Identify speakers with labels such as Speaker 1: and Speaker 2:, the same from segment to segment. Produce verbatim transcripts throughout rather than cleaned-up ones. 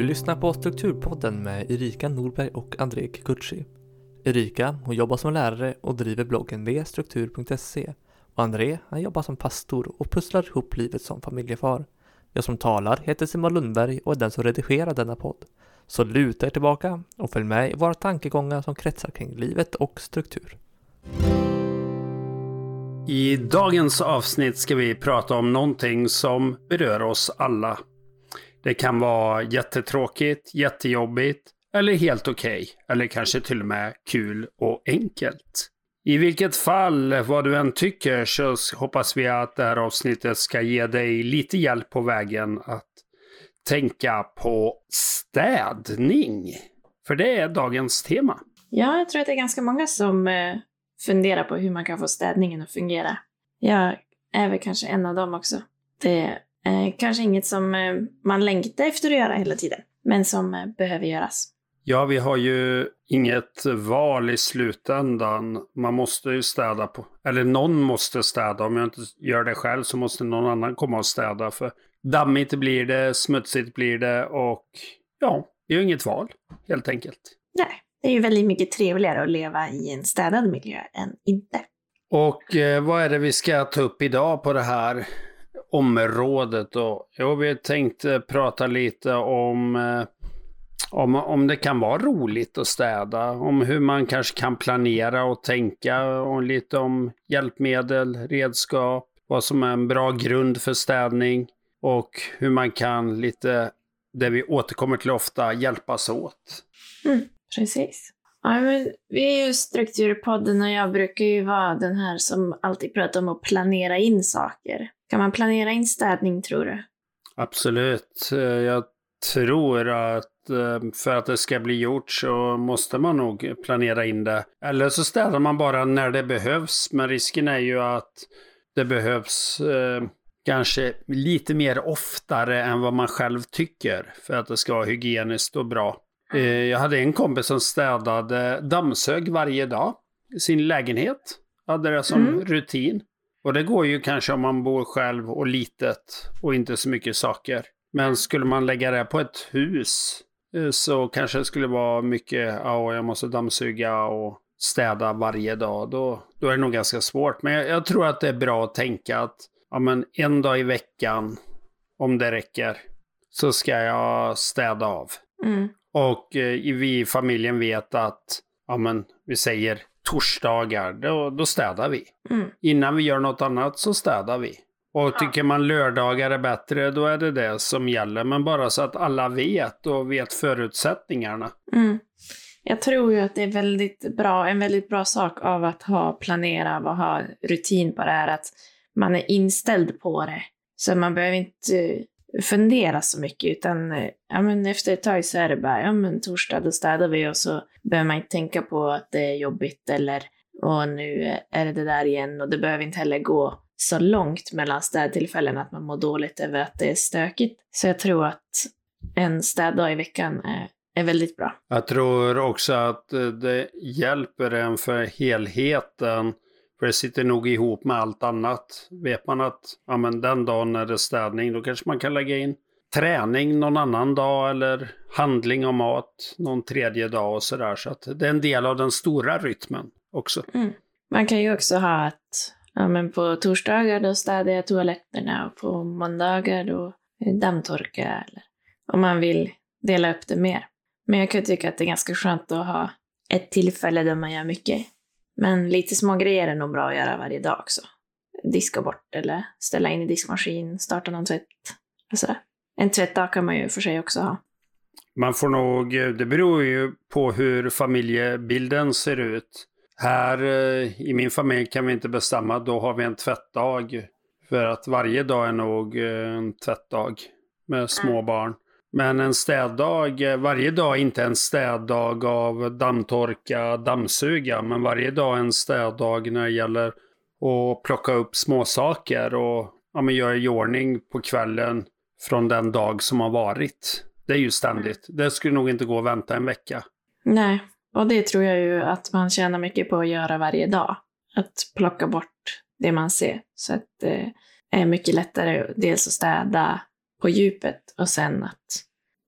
Speaker 1: lyssnar på Strukturpodden med Erika Norberg och André Kikuchi. Erika, hon jobbar som lärare och driver bloggen v struktur punkt se. Och André, han jobbar som pastor och pusslar ihop livet som familjefar. Jag som talar heter Simon Lundberg och är den som redigerar denna podd. Så luta er tillbaka och följ med i våra tankegångar som kretsar kring livet och struktur.
Speaker 2: I dagens avsnitt ska vi prata om någonting som berör oss alla. Det kan vara jättetråkigt, jättejobbigt eller helt okej. Okay, eller kanske till och med kul och enkelt. I vilket fall, vad du än tycker, så hoppas vi att det här avsnittet ska ge dig lite hjälp på vägen att tänka på städning. För det är dagens tema.
Speaker 3: Ja, jag tror att det är ganska många som eh, funderar på hur man kan få städningen att fungera. Jag är väl kanske en av dem också. Det är eh, kanske inget som eh, man längtar efter att göra hela tiden, men som eh, behöver göras.
Speaker 2: Ja, vi har ju inget val i slutändan. Man måste ju städa på. Eller någon måste städa. Om jag inte gör det själv så måste någon annan komma och städa. För dammigt blir det, smutsigt blir det och ja, det är ju inget val helt enkelt.
Speaker 3: Nej, det är ju väldigt mycket trevligare att leva i en städad miljö än inte.
Speaker 2: Och eh, vad är det vi ska ta upp idag på det här området då? Jo, vi har tänkt eh, prata lite om... Eh, Om, om det kan vara roligt att städa, om hur man kanske kan planera och tänka, och lite om hjälpmedel, redskap, vad som är en bra grund för städning och hur man kan lite, det vi återkommer till ofta, hjälpas åt.
Speaker 3: Mm, precis. Ja, men vi är ju Strukturpodden och jag brukar ju vara den här som alltid pratar om att planera in saker. Kan man planera in städning, tror du?
Speaker 2: Absolut. Jag tror att för att det ska bli gjort så måste man nog planera in det. Eller så städar man bara när det behövs. Men risken är ju att det behövs eh, kanske lite mer oftare än vad man själv tycker. För att det ska vara hygieniskt och bra. Eh, jag hade en kompis som städade dammsög varje dag i sin lägenhet. Hade det som mm. rutin. Och det går ju kanske om man bor själv och litet och inte så mycket saker. Men skulle man lägga det på ett hus så kanske det skulle vara mycket, ja, jag måste dammsuga och städa varje dag. Då, då är det nog ganska svårt. Men jag, jag tror att det är bra att tänka att ja, men en dag i veckan, om det räcker, så ska jag städa av.
Speaker 3: Mm.
Speaker 2: Och eh, vi i familjen vet att, ja men vi säger torsdagar, då, då städar vi.
Speaker 3: Mm.
Speaker 2: Innan vi gör något annat så städar vi. Och tycker man lördagar är bättre, då är det det som gäller. Men bara så att alla vet och vet förutsättningarna.
Speaker 3: Mm. Jag tror ju att det är väldigt bra, en väldigt bra sak av att ha planera och ha rutin på det här. Att man är inställd på det. Så man behöver inte fundera så mycket. Utan ja, men efter ett tag så är det bara, ja men torsdag då städar vi. Och så behöver man inte tänka på att det är jobbigt. Eller och nu är det det där igen. Och det behöver inte heller gå så långt mellan städtillfällen att man mår dåligt över att det är stökigt. Så jag tror att en städdag i veckan är, är väldigt bra.
Speaker 2: Jag tror också att det hjälper en för helheten. För det sitter nog ihop med allt annat. Vet man att ja, men den dagen är det städning, då kanske man kan lägga in träning någon annan dag. Eller handling och mat någon tredje dag och sådär. Så att det är en del av den stora rytmen också.
Speaker 3: Mm. Man kan ju också ha att ja, men på torsdagar då städar jag toaletterna och på måndagar då dammtorkar jag. Eller om man vill dela upp det mer. Men jag kan tycka att det är ganska skönt att ha ett tillfälle där man gör mycket. Men lite små grejer är nog bra att göra varje dag också. Diska bort eller ställa in i diskmaskin, starta någon tvätt. Alltså, en tvättdag kan man ju för sig också ha.
Speaker 2: Man får nog, det beror ju på hur familjebilden ser ut. Här i min familj kan vi inte bestämma, då har vi en tvättdag. För att varje dag är nog en tvättdag med små barn. Men en städdag, varje dag är inte en städdag av dammtorka, dammsuga. Men varje dag är en städdag när det gäller att plocka upp små saker och ja, men göra i ordning på kvällen från den dag som har varit. Det är ju ständigt. Det skulle nog inte gå att vänta en vecka.
Speaker 3: Nej. Och det tror jag ju att man tjänar mycket på att göra varje dag. Att plocka bort det man ser. Så att det är mycket lättare dels att städa på djupet och sen att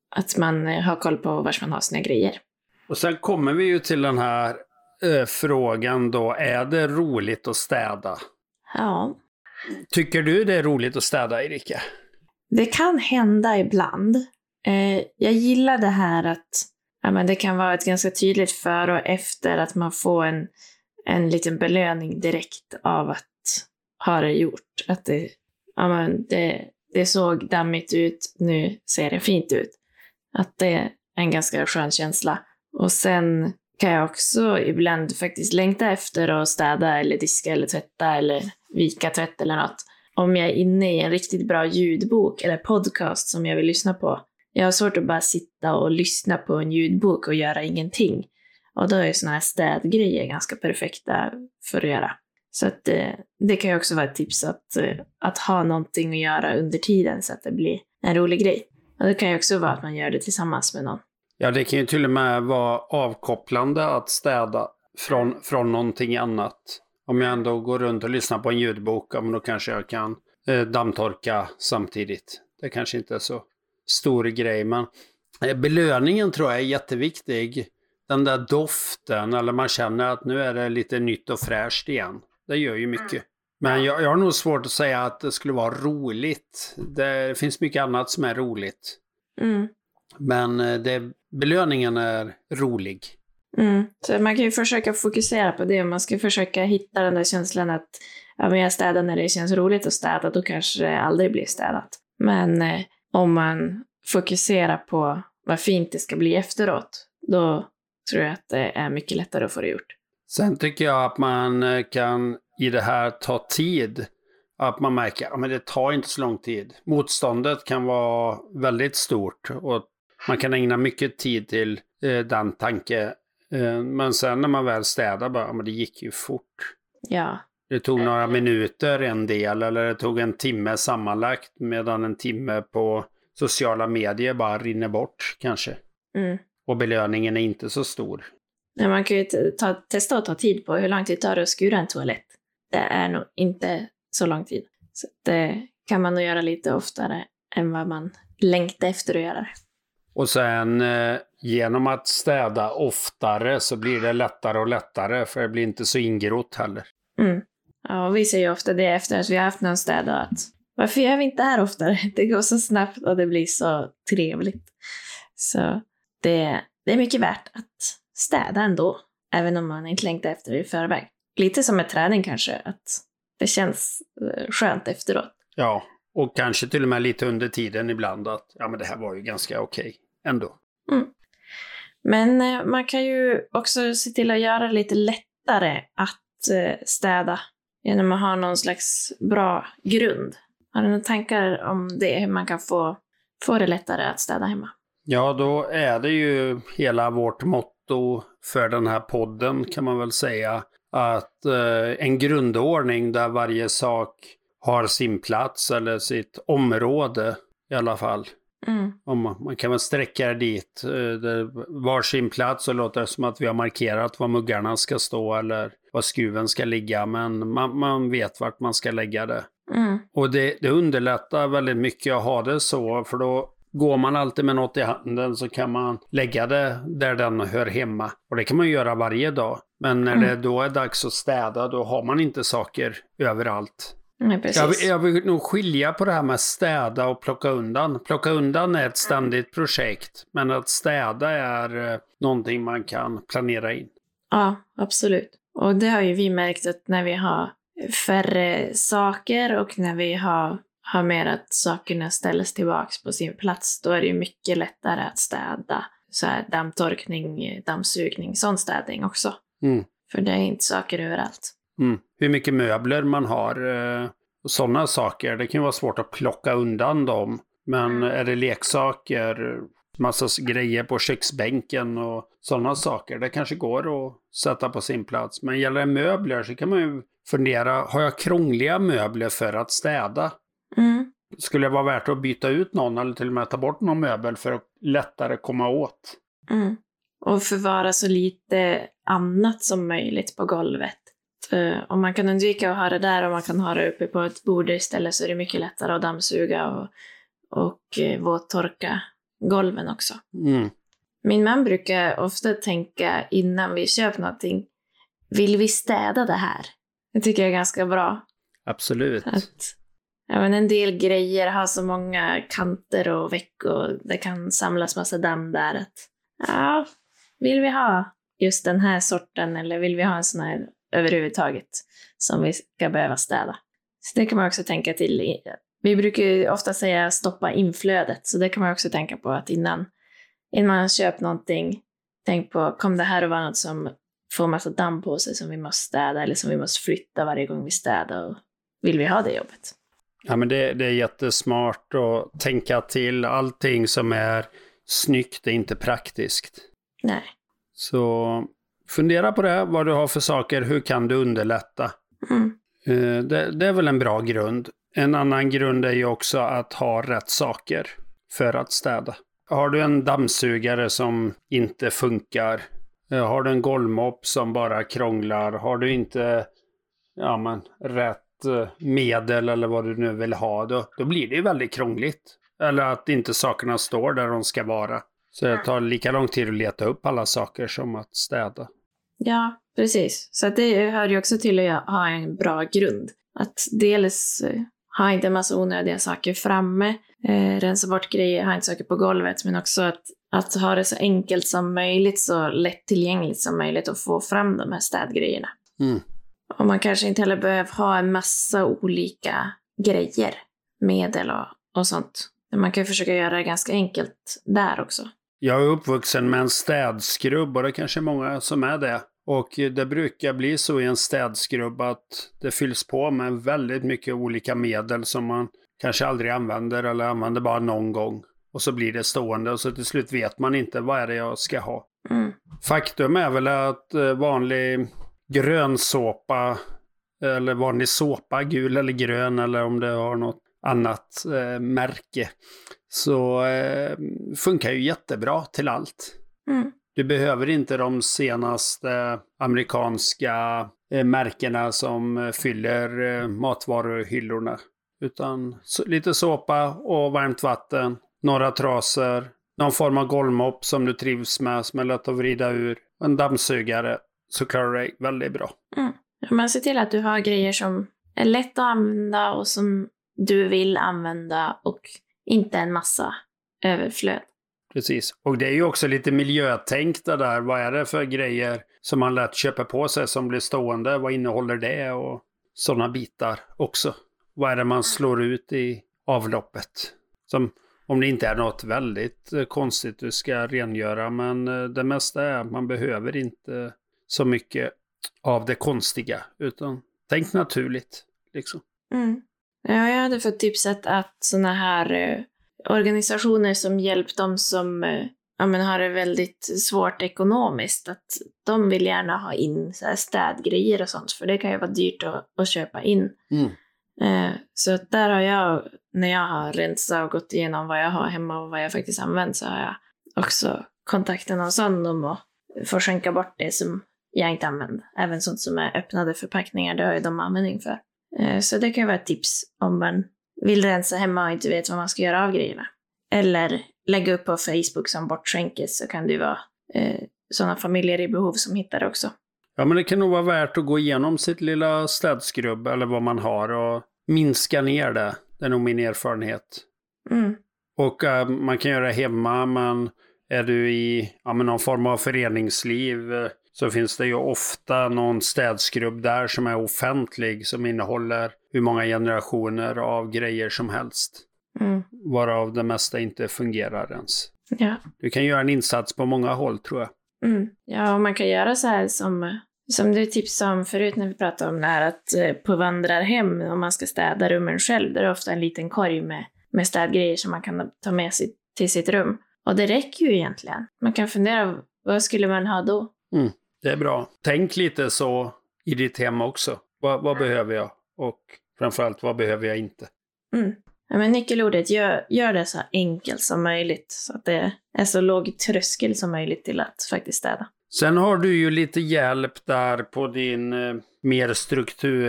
Speaker 3: att man har koll på var man har sina grejer.
Speaker 2: Och sen kommer vi ju till den här äh, frågan då, är det roligt att städa?
Speaker 3: Ja.
Speaker 2: Tycker du det är roligt att städa, Erika?
Speaker 3: Det kan hända ibland. Eh, jag gillar det här att ja, men det kan vara ett ganska tydligt före och efter att man får en, en liten belöning direkt av att ha det gjort. Att det, ja, men det, det såg dammigt ut, nu ser det fint ut. Att det är en ganska skön känsla. Och sen kan jag också ibland faktiskt längta efter att städa eller diska eller tvätta eller vika tvätt eller något. Om jag är inne i en riktigt bra ljudbok eller podcast som jag vill lyssna på. Jag har svårt att bara sitta och lyssna på en ljudbok och göra ingenting. Och då är såna här städgrejer ganska perfekta för att göra. Så att det, det kan ju också vara ett tips att, att ha någonting att göra under tiden så att det blir en rolig grej. Och det kan ju också vara att man gör det tillsammans med någon.
Speaker 2: Ja, det kan ju till och med vara avkopplande att städa från, från någonting annat. Om jag ändå går runt och lyssnar på en ljudbok, ja, men då kanske jag kan eh, dammtorka samtidigt. Det kanske inte är så stor grej, men eh, belöningen tror jag är jätteviktig. Den där doften, eller man känner att nu är det lite nytt och fräscht igen. Det gör ju mycket. Men jag, jag har nog svårt att säga att det skulle vara roligt. Det finns mycket annat som är roligt.
Speaker 3: Mm.
Speaker 2: Men det, belöningen är rolig.
Speaker 3: Mm. Så man kan ju försöka fokusera på det. Man ska försöka hitta den där känslan att ja, men jag städar när det känns roligt att städa. Då kanske det aldrig blir städat. Men eh, om man fokuserar på vad fint det ska bli efteråt, då tror jag att det är mycket lättare att få det gjort.
Speaker 2: Sen tycker jag att man kan i det här ta tid. Att man märker att ja, det tar inte så lång tid. Motståndet kan vara väldigt stort och man kan ägna mycket tid till eh, den tanke. Eh, men sen när man väl städar bara, ja, men det gick ju fort.
Speaker 3: Ja.
Speaker 2: Det tog några minuter en del, eller det tog en timme sammanlagt, medan en timme på sociala medier bara rinner bort kanske.
Speaker 3: Mm.
Speaker 2: Och belöningen är inte så stor.
Speaker 3: Men man kan ju ta, testa att ta tid på hur lång tid tar det att skura en toalett. Det är nog inte så lång tid. Så det kan man nog göra lite oftare än vad man längtar efter att göra det.
Speaker 2: Och sen eh, genom att städa oftare så blir det lättare och lättare, för det blir inte så ingrott heller.
Speaker 3: Mm. Ja, vi säger ju ofta det efter att vi har haft någon städa att varför gör vi inte det här oftare? Det går så snabbt och det blir så trevligt. Så det, det är mycket värt att städa ändå, även om man inte längtar efter det i förväg. Lite som med träning kanske, att det känns skönt efteråt.
Speaker 2: Ja, och kanske till och med lite under tiden ibland att ja, men det här var ju ganska okej ändå.
Speaker 3: Mm. Men eh, man kan ju också se till att göra det lite lättare att eh, städa genom att ha någon slags bra grund. Har du några tankar om det, hur man kan få, få det lättare att städa hemma?
Speaker 2: Ja, då är det ju hela vårt motto för den här podden, kan man väl säga, att eh, en grundordning där varje sak har sin plats eller sitt område i alla fall.
Speaker 3: Mm.
Speaker 2: Om man, man kan väl sträcka dit eh, var sin plats och låter det som att vi har markerat var muggarna ska stå eller var skruven ska ligga, men man, man vet vart man ska lägga det.
Speaker 3: Mm.
Speaker 2: Och det, det underlättar väldigt mycket att ha det så, för då går man alltid med något i handen så kan man lägga det där den hör hemma. Och det kan man göra varje dag. Men när
Speaker 3: Mm.
Speaker 2: det då är dags att städa, då har man inte saker överallt.
Speaker 3: Nej, precis.
Speaker 2: Jag, vill- jag vill nog skilja på det här med städa och plocka undan. Plocka undan är ett ständigt projekt, men att städa är eh, någonting man kan planera in.
Speaker 3: Ja, absolut. Och det har ju vi märkt att när vi har färre saker och när vi har, har mer att sakerna ställs tillbaks på sin plats, då är det ju mycket lättare att städa. Så här dammtorkning, dammsugning, sån städning också.
Speaker 2: Mm.
Speaker 3: För det är inte saker överallt.
Speaker 2: Mm. Hur mycket möbler man har eh, och sådana saker. Det kan vara svårt att plocka undan dem. Men är det leksaker, massa grejer på köksbänken och sådana saker, det kanske går att sätta på sin plats. Men gäller det möbler så kan man ju fundera, har jag krångliga möbler för att städa?
Speaker 3: Mm.
Speaker 2: Skulle det vara värt att byta ut någon eller till och med ta bort någon möbel för att lättare komma åt?
Speaker 3: Mm. Och förvara så lite annat som möjligt på golvet. Uh, om man kan undvika att ha det där och man kan ha det uppe på ett bord istället, så är det mycket lättare att dammsuga och, och uh, våttorka golven också.
Speaker 2: Mm.
Speaker 3: Min man brukar ofta tänka innan vi köper någonting, vill vi städa det här? Det tycker jag är ganska bra.
Speaker 2: Absolut.
Speaker 3: Att, ja, men en del grejer har så många kanter och veck och det kan samlas massa damm där. Att, ja, vill vi ha just den här sorten eller vill vi ha en sån här överhuvudtaget som vi ska behöva städa? Så det kan man också tänka till. Vi brukar ju ofta säga stoppa inflödet, så det kan man också tänka på att innan, innan man köper någonting, tänk på, kom det här att vara något som får massa damm på sig som vi måste städa eller som vi måste flytta varje gång vi städar, och vill vi ha det jobbet?
Speaker 2: Ja, men det, det är jättesmart att tänka till. Allting som är snyggt är inte praktiskt.
Speaker 3: Nej.
Speaker 2: Så fundera på det, vad du har för saker, hur kan du underlätta?
Speaker 3: Mm.
Speaker 2: Det, det är väl en bra grund. En annan grund är ju också att ha rätt saker för att städa. Har du en dammsugare som inte funkar, har du en golvmopp som bara krånglar, har du inte ja, men, rätt medel eller vad du nu vill ha, då, då blir det ju väldigt krångligt. Eller att inte sakerna står där de ska vara. Så det tar lika lång tid att leta upp alla saker som att städa.
Speaker 3: Ja, precis. Så att det hör ju också till att ha en bra grund. Att dels ha inte en massa onödiga saker framme, eh, rensa bort grejer, ha inte saker på golvet, men också att, att ha det så enkelt som möjligt, så lättillgängligt som möjligt att få fram de här städgrejerna.
Speaker 2: Mm.
Speaker 3: Och man kanske inte heller behöver ha en massa olika grejer, medel och, och sånt. Men man kan försöka göra det ganska enkelt där också.
Speaker 2: Jag är uppvuxen med en städskrubb och det är kanske många som är det. Och det brukar bli så i en städskrubb att det fylls på med väldigt mycket olika medel som man kanske aldrig använder eller använder bara någon gång. Och så blir det stående och så till slut vet man inte vad är det jag ska ha.
Speaker 3: Mm.
Speaker 2: Faktum är väl att vanlig grön såpa eller vanlig såpa, gul eller grön eller om det har något annat eh, märke, så eh, funkar ju jättebra till allt.
Speaker 3: Mm.
Speaker 2: Du behöver inte de senaste amerikanska eh, märkena som eh, fyller eh, matvaruhyllorna, utan så, lite såpa och varmt vatten, några trasor, någon form av golvmopp som du trivs med som är lätt att vrida ur, en dammsugare, så klarar du dig väldigt bra.
Speaker 3: Mm. Man ser till att du har grejer som är lätt att använda och som du vill använda och inte en massa överflöd.
Speaker 2: Precis. Och det är ju också lite miljötänk det där. Vad är det för grejer som man lätt köper på sig som blir stående? Vad innehåller det? Och sådana bitar också. Vad är det man slår ut i avloppet? Som om det inte är något väldigt konstigt du ska rengöra. Men det mesta är att man behöver inte så mycket av det konstiga. Utan tänk naturligt. Liksom.
Speaker 3: Mm. Ja, jag hade fått tipset att såna här eh, organisationer som hjälper dem som eh, ja, men har det väldigt svårt ekonomiskt, att de vill gärna ha in så här städgrejer och sånt, för det kan ju vara dyrt att, att köpa in.
Speaker 2: Mm.
Speaker 3: Eh, så att där har jag, när jag har rensat och gått igenom vad jag har hemma och vad jag faktiskt använder, så har jag också kontaktat någon sån om att få skänka bort det som jag inte använder. Även sånt som är öppnade förpackningar, det har ju de användning för. Så det kan ju vara ett tips om man vill rensa hemma och inte vet vad man ska göra av grejerna. Eller lägga upp på Facebook som bortskänkes, så kan det ju vara eh, sådana familjer i behov som hittar det också.
Speaker 2: Ja, men det kan nog vara värt att gå igenom sitt lilla städskrubb eller vad man har och minska ner det. Det är nog min erfarenhet.
Speaker 3: Mm.
Speaker 2: Och uh, man kan göra det hemma, men är du i ja, men någon form av föreningsliv uh, så finns det ju ofta någon städskrubb där som är offentlig som innehåller hur många generationer av grejer som helst.
Speaker 3: Mm.
Speaker 2: Varav det mesta inte fungerar ens.
Speaker 3: Ja.
Speaker 2: Du kan göra en insats på många håll, tror jag.
Speaker 3: Mm. Ja, och man kan göra så här som, som du tipsade om förut när vi pratade om det här, att eh, på vandrarhem, om man ska städa rummen själv, där är det ofta en liten korg med, med städgrejer som man kan ta med sig till sitt rum. Och det räcker ju egentligen. Man kan fundera, vad skulle man ha då?
Speaker 2: Mm. Det är bra. Tänk lite så i ditt hem också. Vad, vad behöver jag? Och framförallt, vad behöver jag inte?
Speaker 3: Mm. Ja, men nyckelordet, gör, gör det så enkelt som möjligt. Så att det är så låg tröskel som möjligt till att faktiskt städa.
Speaker 2: Sen har du ju lite hjälp där på din eh, mer struktur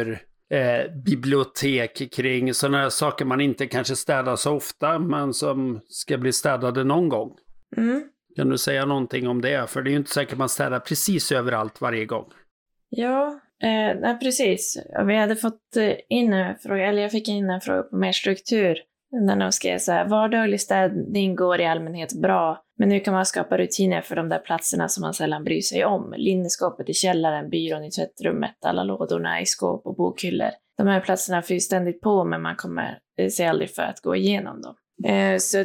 Speaker 2: eh, bibliotek kring sådana här saker man inte kanske städar så ofta men som ska bli städade någon gång.
Speaker 3: Mm.
Speaker 2: Kan du säga någonting om det? För det är ju inte säkert man städar precis överallt varje gång.
Speaker 3: Ja, eh, nej, precis. Vi hade fått in en fråga, eller jag fick in en fråga på mer struktur. När de skrev så här, vardaglig städning går i allmänhet bra, men nu kan man skapa rutiner för de där platserna som man sällan bryr sig om. Linneskåpet i källaren, byrån i tvättrummet, alla lådorna i skåp och bokhyllor. De här platserna fylls ständigt på, men man kommer sig aldrig för att gå igenom dem. Eh, så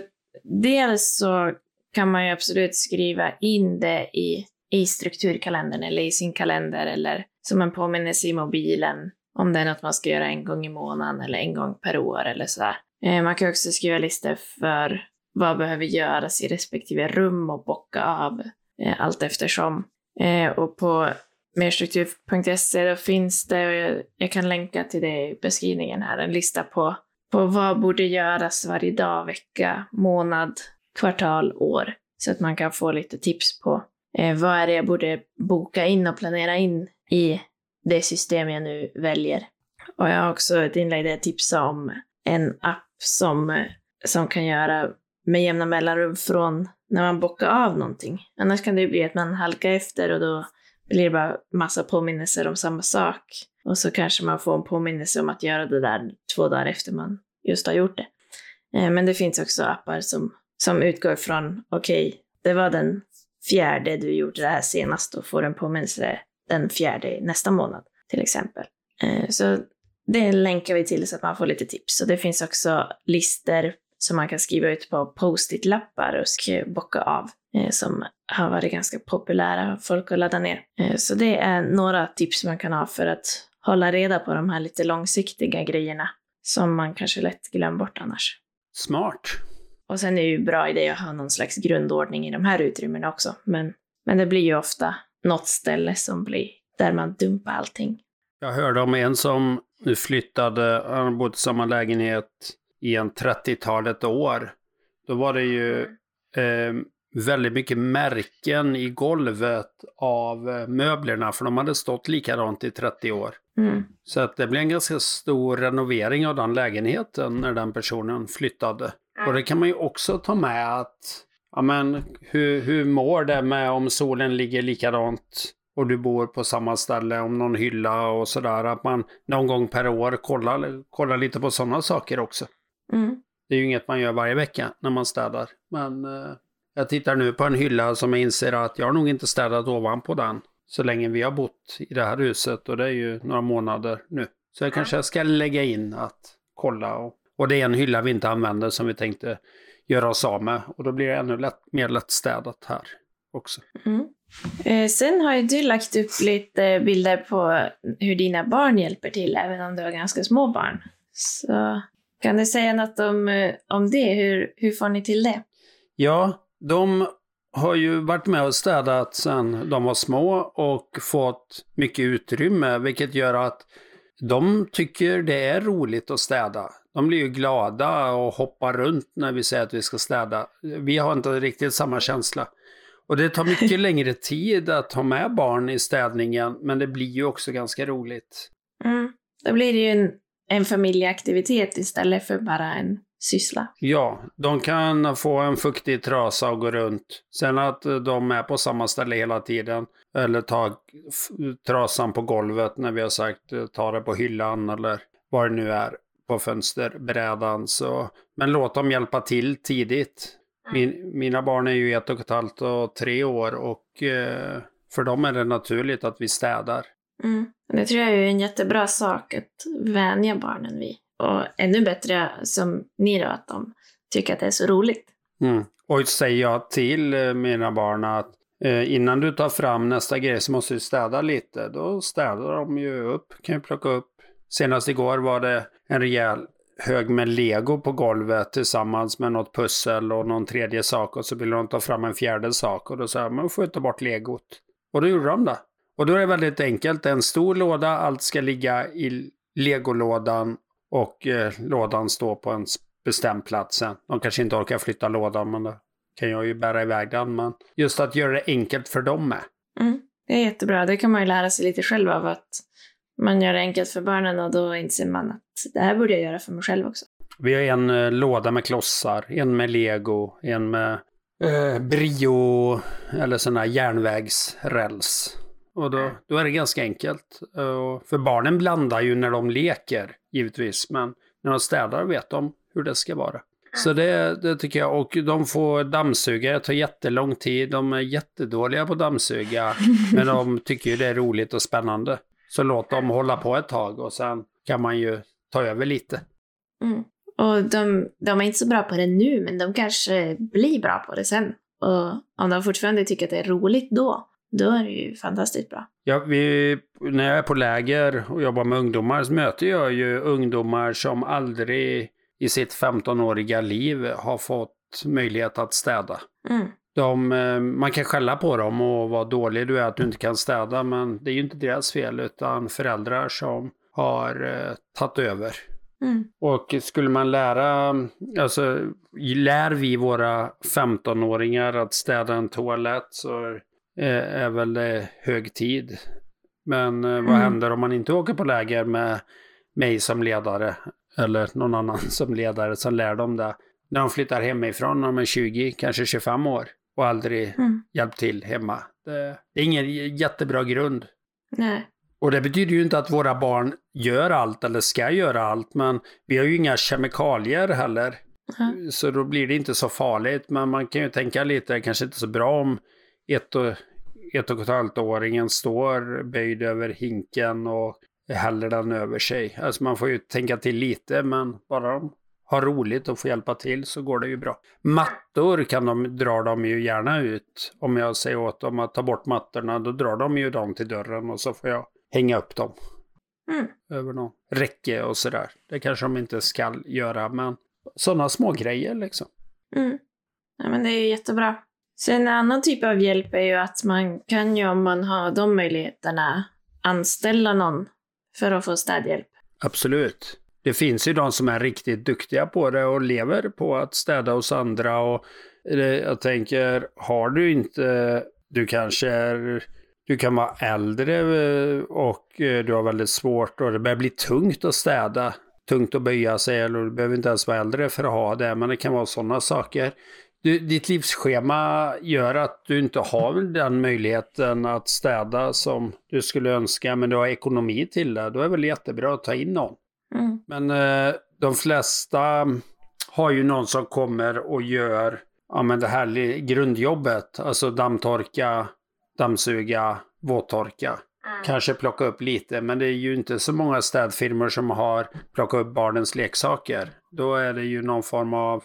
Speaker 3: dels så kan man ju absolut skriva in det i, i strukturkalendern eller i sin kalender eller som en påminnelse i mobilen om det är något man ska göra en gång i månaden eller en gång per år eller så här. Man kan också skriva listor för vad behöver göras i respektive rum och bocka av eh, allt eftersom. Eh, och på merstruktur punkt se då finns det, och jag, jag kan länka till det i beskrivningen här, en lista på, på vad borde göras varje dag, vecka, månad, kvartal, år. Så att man kan få lite tips på eh, vad är det jag borde boka in och planera in i det system jag nu väljer. Och jag har också ett inlägg där jag tipsar om en app som, som kan göra med jämna mellanrum från när man bockar av någonting. Annars kan det ju bli att man halkar efter och då blir det bara massa påminnelser om samma sak. Och så kanske man får en påminnelse om att göra det där två dagar efter man just har gjort det. Men det finns också appar som, som utgår från, okej, okay, det var den fjärde du gjorde det här senast och får en påminnelse den fjärde nästa månad till exempel. Så det länkar vi till så att man får lite tips. Och det finns också lister som man kan skriva ut på post-it-lappar och bocka av eh, som har varit ganska populära folk att ladda ner. Eh, så det är några tips man kan ha för att hålla reda på de här lite långsiktiga grejerna som man kanske lätt glömmer bort annars.
Speaker 2: Smart.
Speaker 3: Och sen är det ju bra idé att ha någon slags grundordning i de här utrymmena också. Men, men det blir ju ofta något ställe som blir där man dumpar allting.
Speaker 2: Jag hörde om en som nu flyttade, han bodde i samma lägenhet i en trettiotalet år. Då var det ju eh, väldigt mycket märken i golvet av eh, möblerna, för de hade stått likadant i trettio år.
Speaker 3: Mm.
Speaker 2: Så att det blev en ganska stor renovering av den lägenheten när den personen flyttade. Mm. Och det kan man ju också ta med att, ja men, hur, hur mår det med om solen ligger likadant och du bor på samma ställe, om någon hylla och sådär, att man någon gång per år kollar, kollar lite på sådana saker också.
Speaker 3: Mm.
Speaker 2: Det är ju inget man gör varje vecka när man städar. Men eh, jag tittar nu på en hylla som jag inser att jag har nog inte städat ovanpå den så länge vi har bott i det här huset, och det är ju några månader nu. Så jag kanske ska lägga in att kolla. Och, och det är en hylla vi inte använder som vi tänkte göra oss av med, och då blir det ännu lätt, mer lätt städat här också.
Speaker 3: Mm. Eh, sen har ju du lagt upp lite bilder på hur dina barn hjälper till, även om du har ganska små barn. Så kan du säga något om, om det? Hur, hur får ni till det?
Speaker 2: Ja, de har ju varit med och städat sedan de var små och fått mycket utrymme, vilket gör att de tycker det är roligt att städa. De blir ju glada och hoppar runt när vi säger att vi ska städa. Vi har inte riktigt samma känsla. Och det tar mycket längre tid att ha med barn i städningen, men det blir ju också ganska roligt.
Speaker 3: Mm. Då blir det ju en, en familjeaktivitet istället för bara en syssla.
Speaker 2: Ja, de kan få en fuktig trasa och gå runt. Sen att de är på samma ställe hela tiden, eller ta trasan på golvet när vi har sagt ta det på hyllan eller vad det nu är, på fönsterbrädan. Så. Men låt dem hjälpa till tidigt. Min, mina barn är ju ett och ett halvt och tre år, och eh, för dem är det naturligt att vi städar.
Speaker 3: Mm. Det tror jag är en jättebra sak att vänja barnen vid. Och ännu bättre som ni då, att de tycker att det är så roligt.
Speaker 2: Mm. Och säger jag till eh, mina barn att eh, innan du tar fram nästa grej så måste du städa lite. Då städar de ju upp, kan ju plocka upp. Senast igår var det en rejäl hög med Lego på golvet tillsammans med något pussel och någon tredje sak, och så ville de ta fram en fjärde sak, och då sa jag, man får ta bort legot. Och då gjorde de det. Och då är det väldigt enkelt, det är en stor låda, allt ska ligga i legolådan och eh, lådan står på en bestämd plats. De kanske inte orkar flytta lådan, men då kan jag ju bära iväg den. Men just att göra det enkelt för dem med.
Speaker 3: Mm, det är jättebra, det kan man ju lära sig lite själv av, att man gör det enkelt för barnen och då inser man att det här borde jag göra för mig själv också.
Speaker 2: Vi har en eh, låda med klossar, en med Lego, en med eh, Brio eller sådana järnvägsräls. Och då, då är det ganska enkelt. Uh, för barnen blandar ju när de leker, givetvis. Men när de städar vet de hur det ska vara. Så det, det tycker jag. Och de får dammsuga. Det tar jättelång tid. De är jättedåliga på dammsuga. Men de tycker ju det är roligt och spännande. Så låt dem hålla på ett tag. Och sen kan man ju ta över lite.
Speaker 3: Mm. Och de, de är inte så bra på det nu. Men de kanske blir bra på det sen. Och om de fortfarande tycker att det är roligt då. Då är det ju fantastiskt bra.
Speaker 2: Ja, vi, när jag är på läger och jobbar med ungdomar så möter jag ju ungdomar som aldrig i sitt femtonåriga liv har fått möjlighet att städa.
Speaker 3: Mm.
Speaker 2: De, man kan skälla på dem och vara dålig du är att du inte kan städa, men det är ju inte deras fel utan föräldrar som har eh, tagit över.
Speaker 3: Mm.
Speaker 2: Och skulle man lära, alltså lär vi våra femtonåringar att städa en toalett så är väl det hög tid. Men mm. vad händer om man inte åker på läger med mig som ledare eller någon annan som ledare som lär dem det när de flyttar hemifrån när de är tjugo, kanske tjugofem år och aldrig mm. hjälpt till hemma. Det, det är ingen jättebra grund.
Speaker 3: Nej.
Speaker 2: Och det betyder ju inte att våra barn gör allt eller ska göra allt, men vi har ju inga kemikalier heller. Mm. Så då blir det inte så farligt, men man kan ju tänka lite, kanske inte så bra om ett och, ett och ett halvt åringen står böjd över hinken och häller den över sig. Alltså man får ju tänka till lite, men bara de har roligt och får hjälpa till så går det ju bra. Mattor kan de, drar de ju gärna ut. Om jag säger åt dem att ta bort mattorna, då drar de ju dem till dörren och så får jag hänga upp dem.
Speaker 3: Mm.
Speaker 2: Över någon räcke och sådär. Det kanske de inte ska göra, men sådana små grejer liksom.
Speaker 3: Mm. Ja, men det är ju jättebra. Sen en annan typ av hjälp är ju att man kan ju, om man har de möjligheterna, anställa någon för att få städhjälp.
Speaker 2: Absolut. Det finns ju de som är riktigt duktiga på det och lever på att städa hos andra. Och jag tänker, har du inte, du kanske är, du kan vara äldre och du har väldigt svårt och det börjar bli tungt att städa. Tungt att böja sig, eller du behöver inte ens vara äldre för att ha det, men det kan vara sådana saker. Du, ditt livsschema gör att du inte har den möjligheten att städa som du skulle önska, men du har ekonomi till det. Då är det väl jättebra att ta in någon.
Speaker 3: Mm.
Speaker 2: Men eh, de flesta har ju någon som kommer och gör ja, men det här grundjobbet. Alltså dammtorka, dammsuga, våttorka. Mm. Kanske plocka upp lite, men det är ju inte så många städfirmor som har plockat upp barnens leksaker. Då är det ju någon form av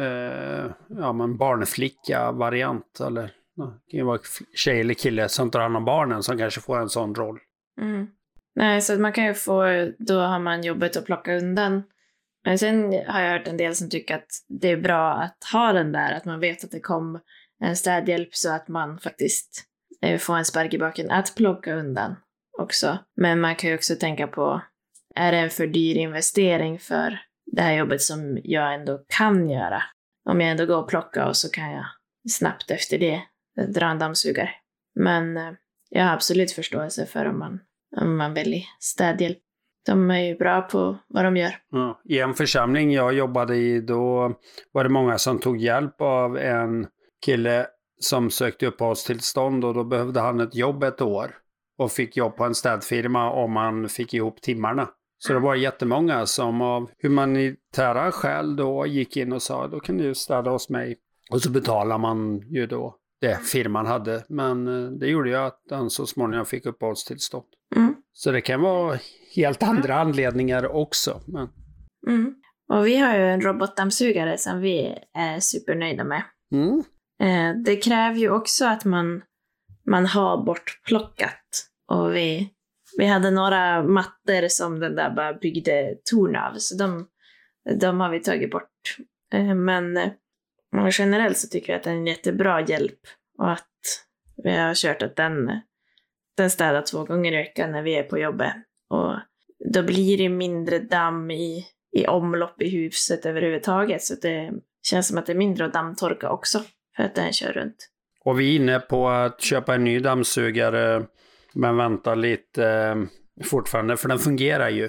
Speaker 2: Eh, ja, men barnflicka-variant eller no, det kan ju vara tjej eller kille som tar hand om barnen som kanske får en sån roll.
Speaker 3: Mm. Nej, så man kan ju få, då har man jobbet att plocka undan. Men sen har jag hört en del som tycker att det är bra att ha den där, att man vet att det kom en städhjälp så att man faktiskt eh, får en spark i baken att plocka undan också. Men man kan ju också tänka på, är det en för dyr investering för det här jobbet som jag ändå kan göra? Om jag ändå går och plockar och så kan jag snabbt efter det dra en dammsugare. Men eh, jag har absolut förståelse för om man, om man väljer städhjälp. De är ju bra på vad de gör.
Speaker 2: Ja, i en församling jag jobbade i, då var det många som tog hjälp av en kille som sökte uppehållstillstånd och då behövde han ett jobb ett år och fick jobb på en städfirma om han fick ihop timmarna. Så det var jättemånga som av humanitära skäl då gick in och sa då kan du städa hos mig. Och så betalar man ju då det firman hade. Men det gjorde ju att han så småningom fick uppehållstillstånd.
Speaker 3: Mm. Så
Speaker 2: det kan vara helt andra anledningar också. Men...
Speaker 3: Mm. Och vi har ju en robotdammsugare som vi är supernöjda med.
Speaker 2: Mm.
Speaker 3: Eh, det kräver ju också att man, man har bortplockat. Och vi... Vi hade några mattor som den där bara byggde torn av. Så de, de har vi tagit bort. Men generellt så tycker jag att det är en jättebra hjälp. Och att vi har kört att den, den städar två gånger i veckan när vi är på jobbet. Och då blir det mindre damm i, i omlopp i huset överhuvudtaget. Så det känns som att det är mindre att dammtorka också. För att den kör runt.
Speaker 2: Och vi är inne på att köpa en ny dammsugare. Men vänta lite fortfarande, för den fungerar ju.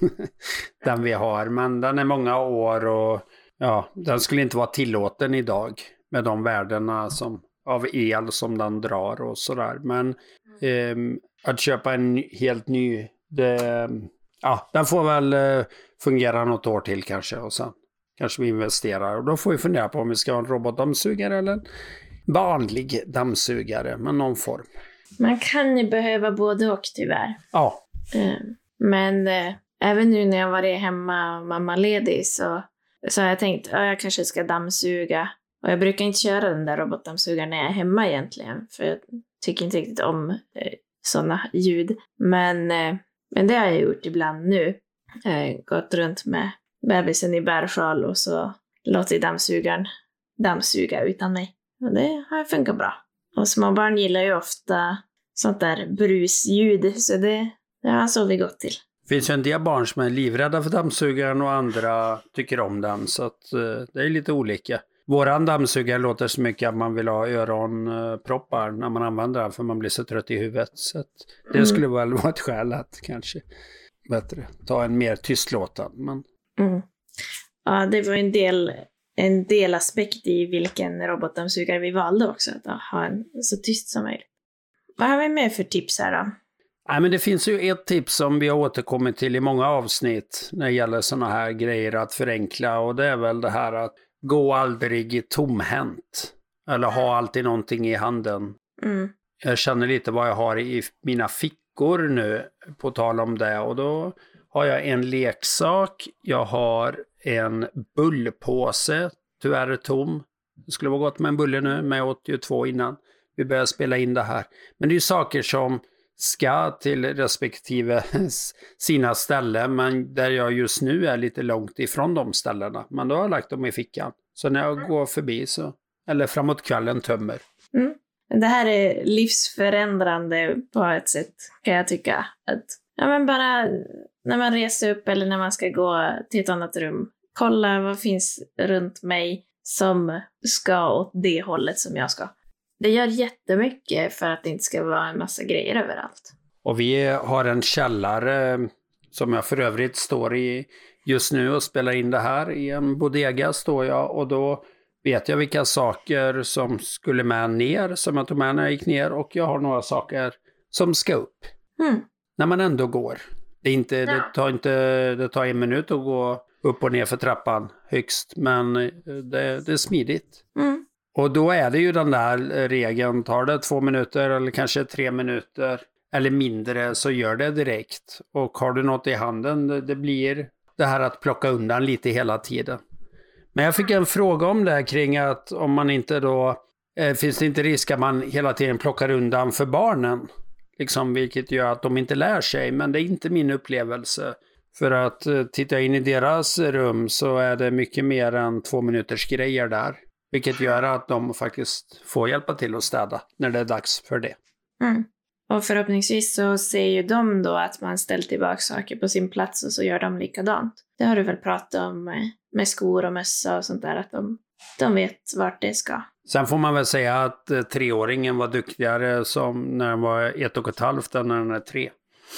Speaker 2: Den vi har, men den är många år och ja, den skulle inte vara tillåten idag med de värdena som, av el som den drar och sådär. Men eh, att köpa en helt ny, det, ja, den får väl eh, fungera något år till kanske och sen kanske vi investerar. Och då får vi fundera på om vi ska ha en robotdammsugare eller en vanlig dammsugare med någon form.
Speaker 3: Man kan ju behöva både och tyvärr.
Speaker 2: Ja.
Speaker 3: Eh, men eh, även nu när jag varit hemma mammaledig så, så har jag tänkt att ja, jag kanske ska dammsuga. Och jag brukar inte köra den där robotdammsugaren när jag är hemma egentligen. För jag tycker inte riktigt om eh, sådana ljud. Men, eh, men det har jag gjort ibland nu. Jag har gått runt med bebisen i bärsjal och så låter dammsugaren dammsuga utan mig. Och det har funkat bra. Och små barn gillar ju ofta sånt där brusljud. Så det, det har sovit gott till.
Speaker 2: Det finns ju en del barn som är livrädda för dammsugaren och andra tycker om den. Så att, eh, det är lite olika. Våran dammsugare låter så mycket att man vill ha öronproppar när man använder den för man blir så trött i huvudet. Så att det skulle mm. väl vara ett skäl att kanske bättre ta en mer tystlåten. Men...
Speaker 3: Mm. Ja, det var en del, en del aspekt i vilken robotdammsugare vi valde också. Att ha en så tyst som möjligt. Vad har vi med för tips här då?
Speaker 2: Nej, men det finns ju ett tips som vi har återkommit till i många avsnitt när det gäller sådana här grejer att förenkla. Och det är väl det här att gå aldrig tomhänt. Eller ha alltid någonting i handen.
Speaker 3: Mm.
Speaker 2: Jag känner lite vad jag har i mina fickor nu på tal om det. Och då har jag en leksak. Jag har en bullpåse. Tyvärr tom. Det skulle vara gott med en bulle nu. Men jag åt ju två innan vi började spela in det här. Men det är ju saker som ska till respektive sina ställen, men där jag just nu är lite långt ifrån de ställena. Men då har jag lagt dem i fickan. Så när jag går förbi så, eller framåt kvällen tömmer.
Speaker 3: Mm. Det här är livsförändrande på ett sätt, kan jag tycka. Att, ja, men bara när man reser upp eller när man ska gå till ett annat rum. Kolla vad finns runt mig som ska åt det hållet som jag ska. Det gör jättemycket för att det inte ska vara en massa grejer överallt.
Speaker 2: Och vi har en källare som jag för övrigt står i just nu och spelar in det här. I en bodega står jag och då vet jag vilka saker som skulle med ner som jag tog med när jag gick ner. Och jag har några saker som ska upp.
Speaker 3: Mm.
Speaker 2: När man ändå går. Det, är inte, ja. det, tar inte, det tar en minut att gå upp och ner för trappan högst. Men det, det är smidigt.
Speaker 3: Mm.
Speaker 2: Och då är det ju den där regeln, tar det två minuter eller kanske tre minuter eller mindre så gör det direkt. Och har du något i handen, det, det blir det här att plocka undan lite hela tiden. Men jag fick en fråga om det här kring att om man inte då, eh, finns det inte risk att man hela tiden plockar undan för barnen? Liksom, vilket gör att de inte lär sig, men det är inte min upplevelse. För att eh, titta in i deras rum så är det mycket mer än två minuters grejer där. Vilket gör att de faktiskt får hjälpa till att städa när det är dags för det.
Speaker 3: Mm. Och förhoppningsvis så ser ju de då att man ställer tillbaka saker på sin plats och så gör de likadant. Det har du väl pratat om med, med skor och mössa och sånt där, att de, de vet vart det ska.
Speaker 2: Sen får man väl säga att eh, treåringen var duktigare som när den var ett och ett halvt än när den är tre.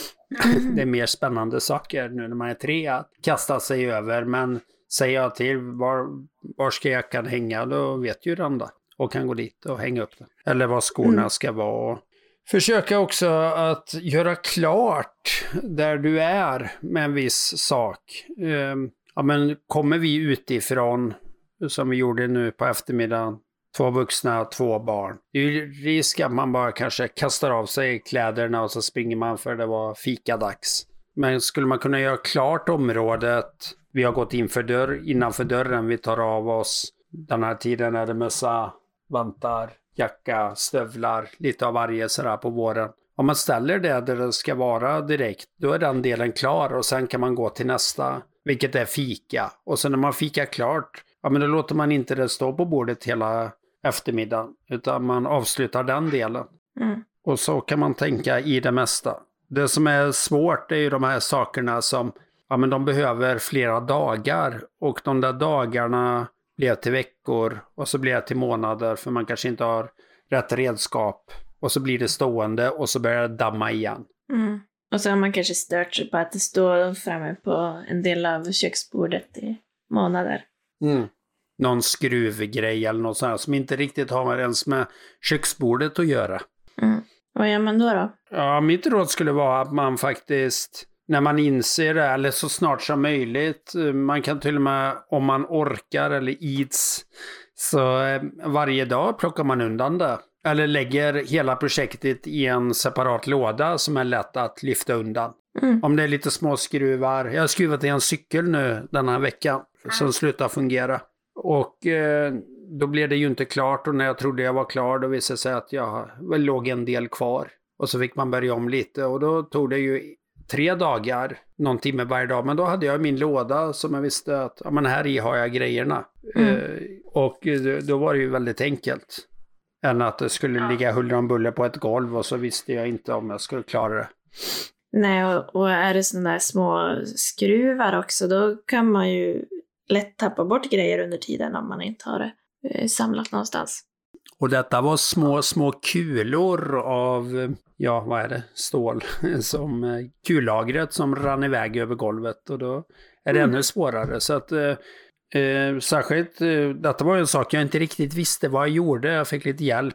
Speaker 2: Mm. Det är mer spännande saker nu när man är tre att kasta sig över, men säger jag till var, var ska jag kan hänga, då vet ju den då. Och kan gå dit och hänga upp den. Eller var skorna mm. ska vara. Försöka också att göra klart där du är med en viss sak. Um, ja, men kommer vi utifrån, som vi gjorde nu på eftermiddagen, två vuxna, två barn. Det är ju risk att man bara kanske kastar av sig kläderna och så springer man för det var fikadags. Men skulle man kunna göra klart området, vi har gått in för dörr, innanför dörren, vi tar av oss. Den här tiden är det mössa, vantar, jacka, stövlar, lite av varje sådär på våren. Om man ställer det där det ska vara direkt, då är den delen klar och sen kan man gå till nästa, vilket är fika. Och sen när man fikar klart, ja men då låter man inte det stå på bordet hela eftermiddagen, utan man avslutar den delen.
Speaker 3: Mm.
Speaker 2: Och så kan man tänka i det mesta. Det som är svårt är ju de här sakerna som, ja men de behöver flera dagar och de där dagarna blir till veckor och så blir det till månader för man kanske inte har rätt redskap och så blir det stående och så börjar det damma igen.
Speaker 3: Mm. Och så har man kanske stört sig på att det står framme på en del av köksbordet i månader.
Speaker 2: Mm. Någon skruvgrej eller något sånt som inte riktigt har ens med köksbordet att göra.
Speaker 3: Mm. Vad gör man då då?
Speaker 2: Ja, mitt råd skulle vara att man faktiskt, när man inser det, eller så snart som möjligt, man kan till och med, om man orkar eller ids, så eh, varje dag plockar man undan det. Eller lägger hela projektet i en separat låda som är lätt att lyfta undan.
Speaker 3: Mm.
Speaker 2: Om det är lite små skruvar. Jag har skruvat i en cykel nu den här veckan som slutar fungera. Och eh, då blev det ju inte klart, och när jag trodde jag var klar då visade det sig att jag väl låg en del kvar. Och så fick man börja om lite, och då tog det ju tre dagar, någon timme varje dag. Men då hade jag min låda som jag visste att ja, men här i har jag grejerna. Mm. Eh, och då var det ju väldigt enkelt. Än att det skulle ligga huller om buller på ett golv och så visste jag inte om jag skulle klara det.
Speaker 3: Nej, och, och är det sådana där små skruvar också, då kan man ju lätt tappa bort grejer under tiden om man inte har det eh, samlat någonstans.
Speaker 2: Och detta var små, små kulor av, ja vad är det, stål, som eh, kullagret som rann iväg över golvet, och då är det mm. ännu svårare. Så att eh, eh, särskilt, eh, detta var en sak jag inte riktigt visste vad jag gjorde. Jag fick lite hjälp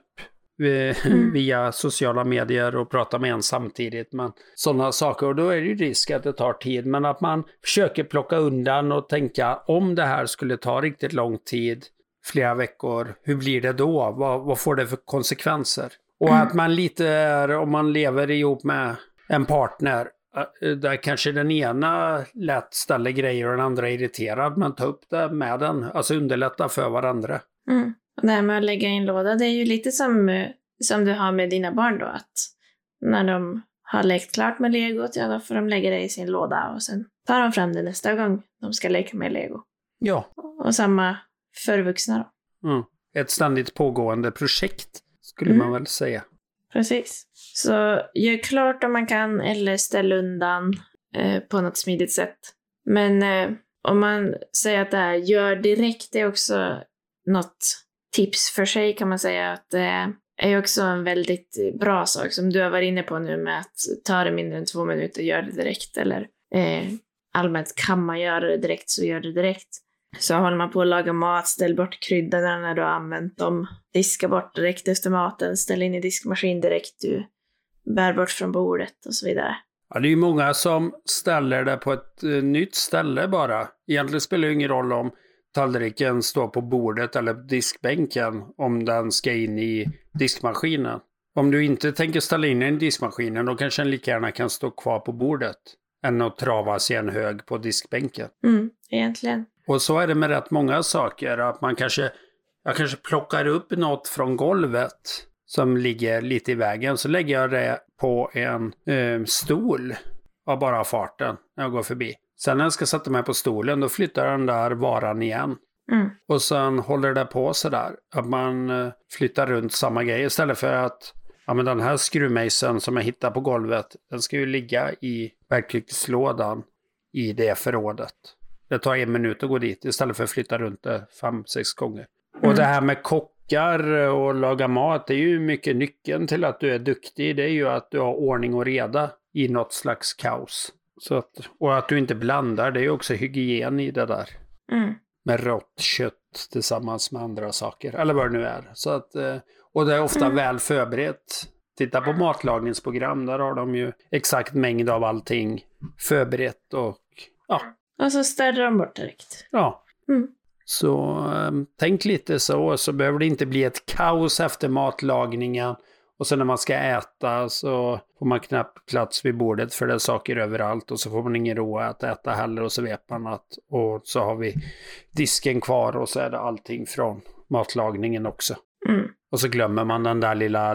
Speaker 2: eh, mm. via sociala medier och prata med en samtidigt. Men sådana saker, och då är det ju risk att det tar tid. Men att man försöker plocka undan och tänka, om det här skulle ta riktigt lång tid, flera veckor, hur blir det då? Vad, vad får det för konsekvenser? Och mm. att man lite är, om man lever ihop med en partner, där kanske den ena lätt ställer grejer och den andra är irriterad, men ta upp det med den, alltså underlätta för varandra.
Speaker 3: Mm. Och det här med att lägga in låda, det är ju lite som, som du har med dina barn då, att när de har lekt klart med legot, ja då får de lägga det i sin låda och sen tar de fram det nästa gång de ska leka med lego.
Speaker 2: Ja.
Speaker 3: Och samma för vuxna då.
Speaker 2: Mm. Ett ständigt pågående projekt skulle mm. man väl säga.
Speaker 3: Precis. Så gör klart om man kan eller ställ undan eh, på något smidigt sätt. Men eh, om man säger att det här gör direkt, det är också något tips för sig kan man säga. Att det eh, är också en väldigt bra sak som du har varit inne på nu med att ta det mindre än två minuter och göra det direkt. Eller eh, allmänt kan man göra det direkt så gör det direkt. Så håller man på att laga mat, ställ bort kryddorna när du har använt dem. Diska bort direkt efter maten, ställ in i diskmaskin direkt du bär bort från bordet och så vidare.
Speaker 2: Ja, det är ju många som ställer det på ett uh, nytt ställe bara. Egentligen spelar det ingen roll om tallriken står på bordet eller på diskbänken, om den ska in i diskmaskinen. Om du inte tänker ställa in den i diskmaskinen, då kanske den lika gärna kan stå kvar på bordet än att travas i en hög på diskbänken.
Speaker 3: Mm, egentligen.
Speaker 2: Och så är det med rätt många saker, att man kanske, jag kanske plockar upp något från golvet som ligger lite i vägen, så lägger jag det på en eh, stol av bara farten när jag går förbi. Sen när jag ska sätta mig på stolen, då flyttar den där varan igen.
Speaker 3: Mm.
Speaker 2: Och sen håller det på så där, att man eh, flyttar runt samma grej istället för att ja, men den här skruvmejseln som jag hittar på golvet, den ska ju ligga i verktygslådan i det förrådet. Det tar en minut att gå dit istället för att flytta runt det fem, sex gånger. Mm. Och det här med kockar och laga mat, det är ju mycket nyckeln till att du är duktig. Det är ju att du har ordning och reda i något slags kaos. Så att, och att du inte blandar, det är ju också hygien i det där.
Speaker 3: Mm.
Speaker 2: Med rått kött tillsammans med andra saker. Eller vad det nu är. Så att, och det är ofta mm. väl förberett. Titta på matlagningsprogram, där har de ju exakt mängd av allting förberett och ja.
Speaker 3: Och så ställer de bort direkt.
Speaker 2: Ja.
Speaker 3: Mm.
Speaker 2: Så ähm, tänk lite så, så behöver det inte bli ett kaos efter matlagningen. Och sen när man ska äta så får man knappt plats vid bordet för det är saker överallt. Och så får man ingen ro att äta heller, och så vet man att, och så har vi disken kvar och så är det allting från matlagningen också.
Speaker 3: Mm.
Speaker 2: Och så glömmer man den där lilla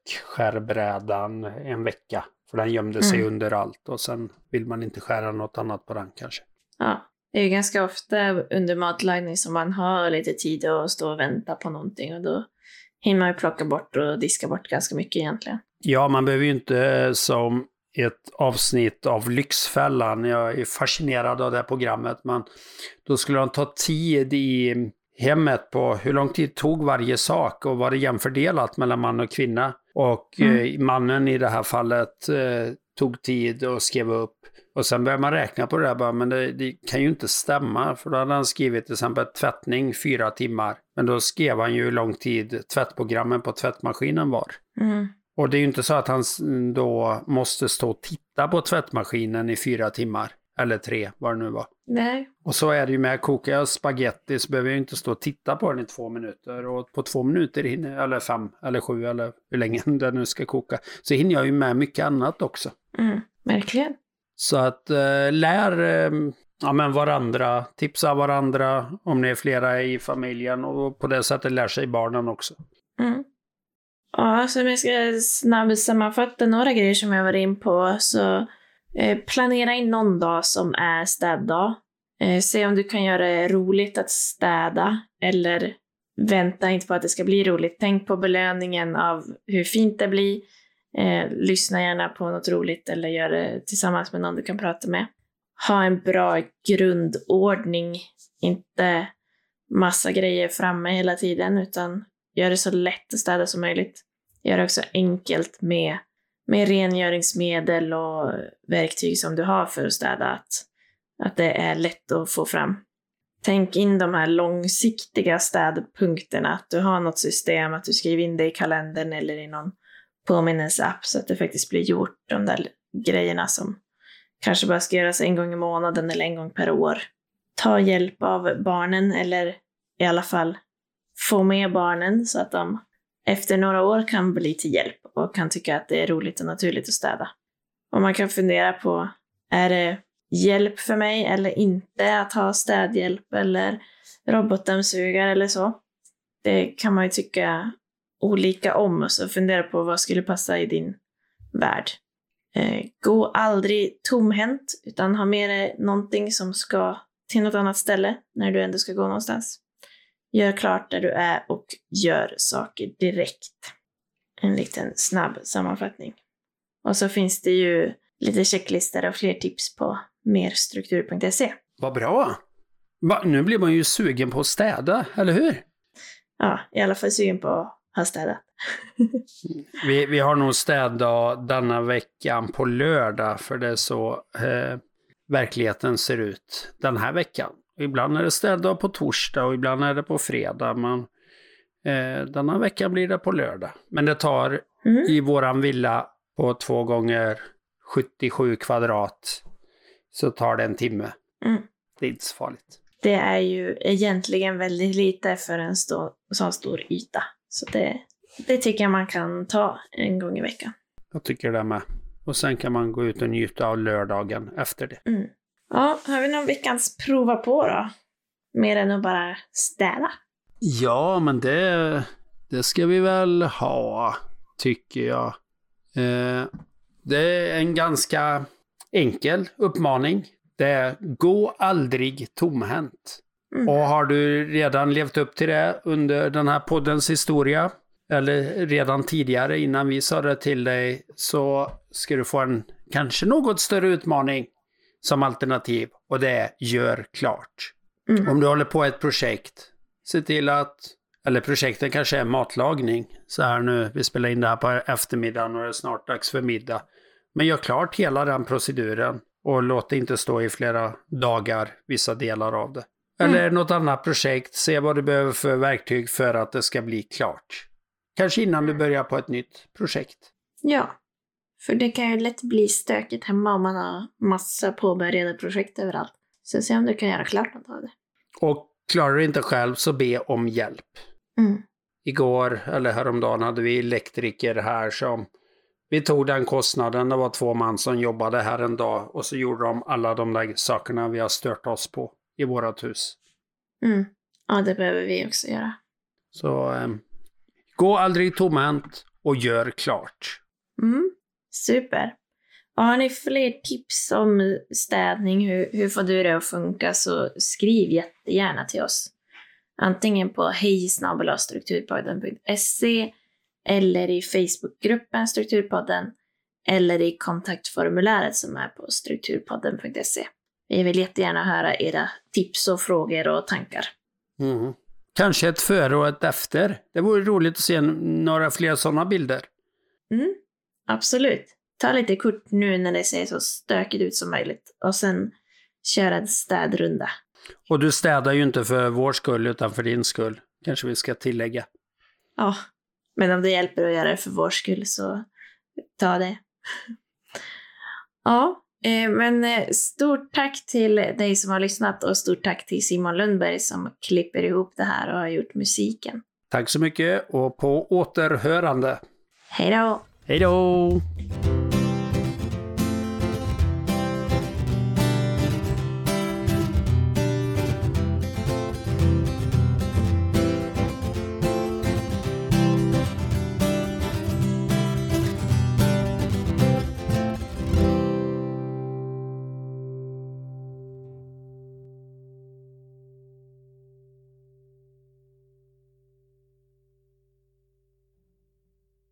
Speaker 2: lökskärbrädan en vecka. För den gömde sig mm. under allt, och sen vill man inte skära något annat på den kanske.
Speaker 3: Ja, det är ju ganska ofta under matlagning som man har lite tid att stå och vänta på någonting, och då hinner man ju plocka bort och diska bort ganska mycket egentligen.
Speaker 2: Ja, man behöver ju inte som ett avsnitt av Lyxfällan. Jag är fascinerad av det här programmet, men då skulle de ta tid i hemmet på hur lång tid tog varje sak och var det jämfördelat mellan man och kvinna. Och mm. eh, mannen i det här fallet eh, tog tid och skrev upp. Och sen började man räkna på det där. Bara, men det, det kan ju inte stämma. För då hade han skrivit till exempel tvättning fyra timmar. Men då skrev han ju hur lång tid tvättprogrammen på tvättmaskinen var.
Speaker 3: Mm.
Speaker 2: Och det är ju inte så att han då måste stå och titta på tvättmaskinen i fyra timmar. Eller tre, vad det nu var.
Speaker 3: Nej.
Speaker 2: Och så är det ju med, kokar jag spaghetti så behöver jag inte stå och titta på den i två minuter. Och på två minuter hinner, eller fem, eller sju, eller hur länge den nu ska koka. Så hinner jag ju med mycket annat också.
Speaker 3: Mm, verkligen.
Speaker 2: Så att äh, lär äh, ja, men varandra, tipsa varandra om ni är flera i familjen. Och på det sättet lär sig barnen också.
Speaker 3: Mm. Ja, så om jag ska snabbt sammanfatta några grejer som jag var in på, så eh, planera in någon dag som är städdag. Eh, se om du kan göra det roligt att städa, eller vänta inte på att det ska bli roligt. Tänk på belöningen av hur fint det blir. Eh, lyssna gärna på något roligt eller gör det tillsammans med någon du kan prata med. Ha en bra grundordning, inte massa grejer framme hela tiden, utan gör det så lätt att städa som möjligt. Gör det också enkelt med, med rengöringsmedel och verktyg som du har för att städa. Att, att det är lätt att få fram. Tänk in de här långsiktiga städpunkterna. Att du har något system, att du skriver in det i kalendern eller i någon påminnelseapp. Så att det faktiskt blir gjort, de där grejerna som kanske bara ska göras en gång i månaden eller en gång per år. Ta hjälp av barnen, eller i alla fall få med barnen så att de efter några år kan bli till hjälp och kan tycka att det är roligt och naturligt att städa. Och man kan fundera på, är det hjälp för mig eller inte att ha städhjälp eller robotdammsugare eller så? Det kan man ju tycka olika om, och så fundera på vad skulle passa i din värld. Eh, gå aldrig tomhänt, utan ha med dig någonting som ska till något annat ställe när du ändå ska gå någonstans. Gör klart där du är och gör saker direkt. En liten snabb sammanfattning. Och så finns det ju lite checklistor och fler tips på merstruktur punkt se.
Speaker 2: Vad bra! Va, nu blir man ju sugen på att städa, eller hur?
Speaker 3: Ja, i alla fall sugen på att ha städat.
Speaker 2: vi, vi har nog städdag denna veckan på lördag, för det är så eh, verkligheten ser ut den här veckan. Ibland är det städdag på torsdag och ibland är det på fredag. Men eh, denna vecka blir det på lördag. Men det tar mm. i våran villa på två gånger sjuttiosju kvadrat, så tar det en timme. Mm. Det är inte så farligt.
Speaker 3: Det är ju egentligen väldigt lite för en stå, så stor yta. Så det, det tycker jag man kan ta en gång i veckan.
Speaker 2: Jag tycker det med. Och sen kan man gå ut och njuta av lördagen efter det.
Speaker 3: Mm. Ja, har vi någon veckans prova på då? Mer än att bara städa.
Speaker 2: Ja, men det, det ska vi väl ha, tycker jag. Eh, det är en ganska enkel uppmaning. Det är: gå aldrig tomhänt. Mm. Och har du redan levt upp till det under den här poddens historia, eller redan tidigare innan vi sa det till dig, så ska du få en kanske något större utmaning som alternativ, och det är: gör klart. Mm. Om du håller på ett projekt, se till att, eller projektet kanske är matlagning, så här nu, vi spelar in det här på eftermiddagen och det är snart dags för middag, men gör klart hela den proceduren och låt det inte stå i flera dagar, vissa delar av det. Mm. Eller något annat projekt, se vad du behöver för verktyg för att det ska bli klart. Kanske innan du börjar på ett nytt projekt.
Speaker 3: Ja. För det kan ju lätt bli stökigt hemma om man har massa påbörjade projekt överallt. Så se om du kan göra klart något av det.
Speaker 2: Och klarar du inte själv, så be om hjälp.
Speaker 3: Mm.
Speaker 2: Igår eller häromdagen hade vi elektriker här som vi tog den kostnaden. Det var två man som jobbade här en dag och så gjorde de alla de där sakerna vi har stört oss på i vårat hus.
Speaker 3: Mm. Ja, det behöver vi också göra.
Speaker 2: Så eh, gå aldrig tomhänt och gör klart.
Speaker 3: Mm. Super. Och har ni fler tips om städning, hur, hur får du det att funka, så skriv jättegärna till oss. Antingen på hej snabel-a strukturpodden punkt se eller i Facebookgruppen Strukturpodden eller i kontaktformuläret som är på strukturpodden punkt se. Vi vill jättegärna höra era tips och frågor och tankar.
Speaker 2: Mm. Kanske ett före och ett efter. Det vore roligt att se några fler sådana bilder.
Speaker 3: Mm. Absolut. ta lite kort nu när det ser så stökigt ut som möjligt. Och sen köra en städrunda.
Speaker 2: Och du städar ju inte för vår skull utan för din skull. Kanske vi ska tillägga.
Speaker 3: Ja, men om det hjälper att göra det för vår skull så ta det. Ja, men stort tack till dig som har lyssnat och stort tack till Simon Lundberg som klipper ihop det här och har gjort musiken.
Speaker 2: Tack så mycket och på återhörande.
Speaker 3: Hej då!
Speaker 2: Hej då!